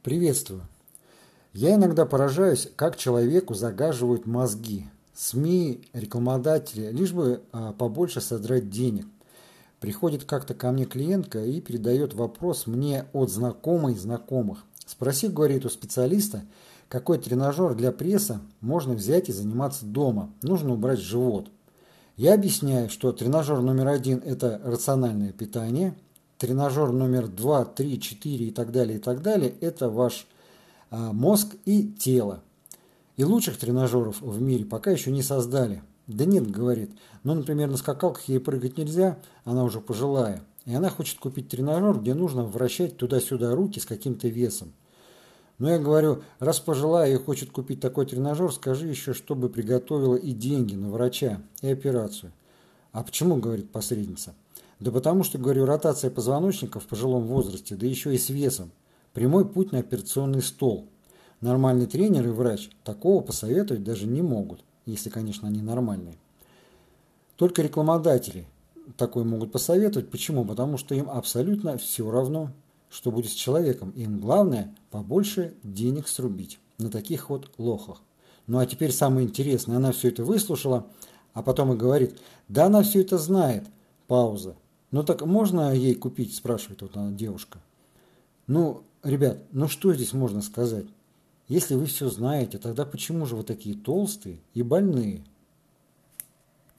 Приветствую. Я иногда поражаюсь, как человеку загаживают мозги. СМИ, рекламодатели, лишь бы побольше содрать денег. Приходит как-то ко мне клиентка и передает вопрос мне от знакомой знакомых. Спроси, говорит, у специалиста, какой тренажер для пресса можно взять и заниматься дома. Нужно убрать живот. Я объясняю, что тренажер номер 1 – это рациональное питание. Тренажер номер 2, 3, 4 и так далее – это ваш мозг и тело. И лучших тренажеров в мире пока еще не создали. Да нет, говорит. Ну, например, на скакалках ей прыгать нельзя, она уже пожилая. И она хочет купить тренажер, где нужно вращать туда-сюда руки с каким-то весом. Но я говорю, раз пожилая и хочет купить такой тренажер, скажи еще, чтобы приготовила и деньги на врача, и операцию. А почему, говорит посредница? Да потому что, говорю, ротация позвоночника в пожилом возрасте, да еще и с весом. Прямой путь на операционный стол. Нормальный тренер и врач такого посоветовать даже не могут, если, конечно, они нормальные. Только рекламодатели такое могут посоветовать. Почему? Потому что им абсолютно все равно, что будет с человеком. Им главное побольше денег срубить на таких вот лохах. Ну а теперь самое интересное. Она все это выслушала, а потом и говорит, да она все это знает. Пауза. Ну так можно ей купить, спрашивает вот она девушка. Ну, ребят, ну что здесь можно сказать? Если вы все знаете, тогда почему же вы такие толстые и больные?